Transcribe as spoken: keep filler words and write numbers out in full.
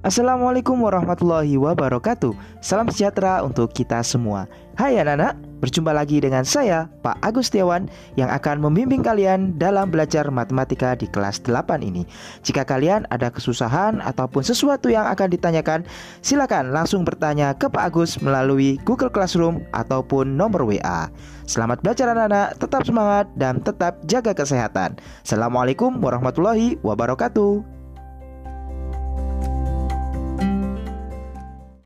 Assalamualaikum warahmatullahi wabarakatuh. Salam sejahtera untuk kita semua. Hai anak-anak, berjumpa lagi dengan saya, Pak Agus Setiawan, yang akan membimbing kalian dalam belajar matematika di kelas delapan ini. Jika kalian ada kesusahan ataupun sesuatu yang akan ditanyakan, silakan langsung bertanya ke Pak Agus melalui Google Classroom ataupun nomor W A. Selamat belajar anak-anak, tetap semangat dan tetap jaga kesehatan. Assalamualaikum warahmatullahi wabarakatuh.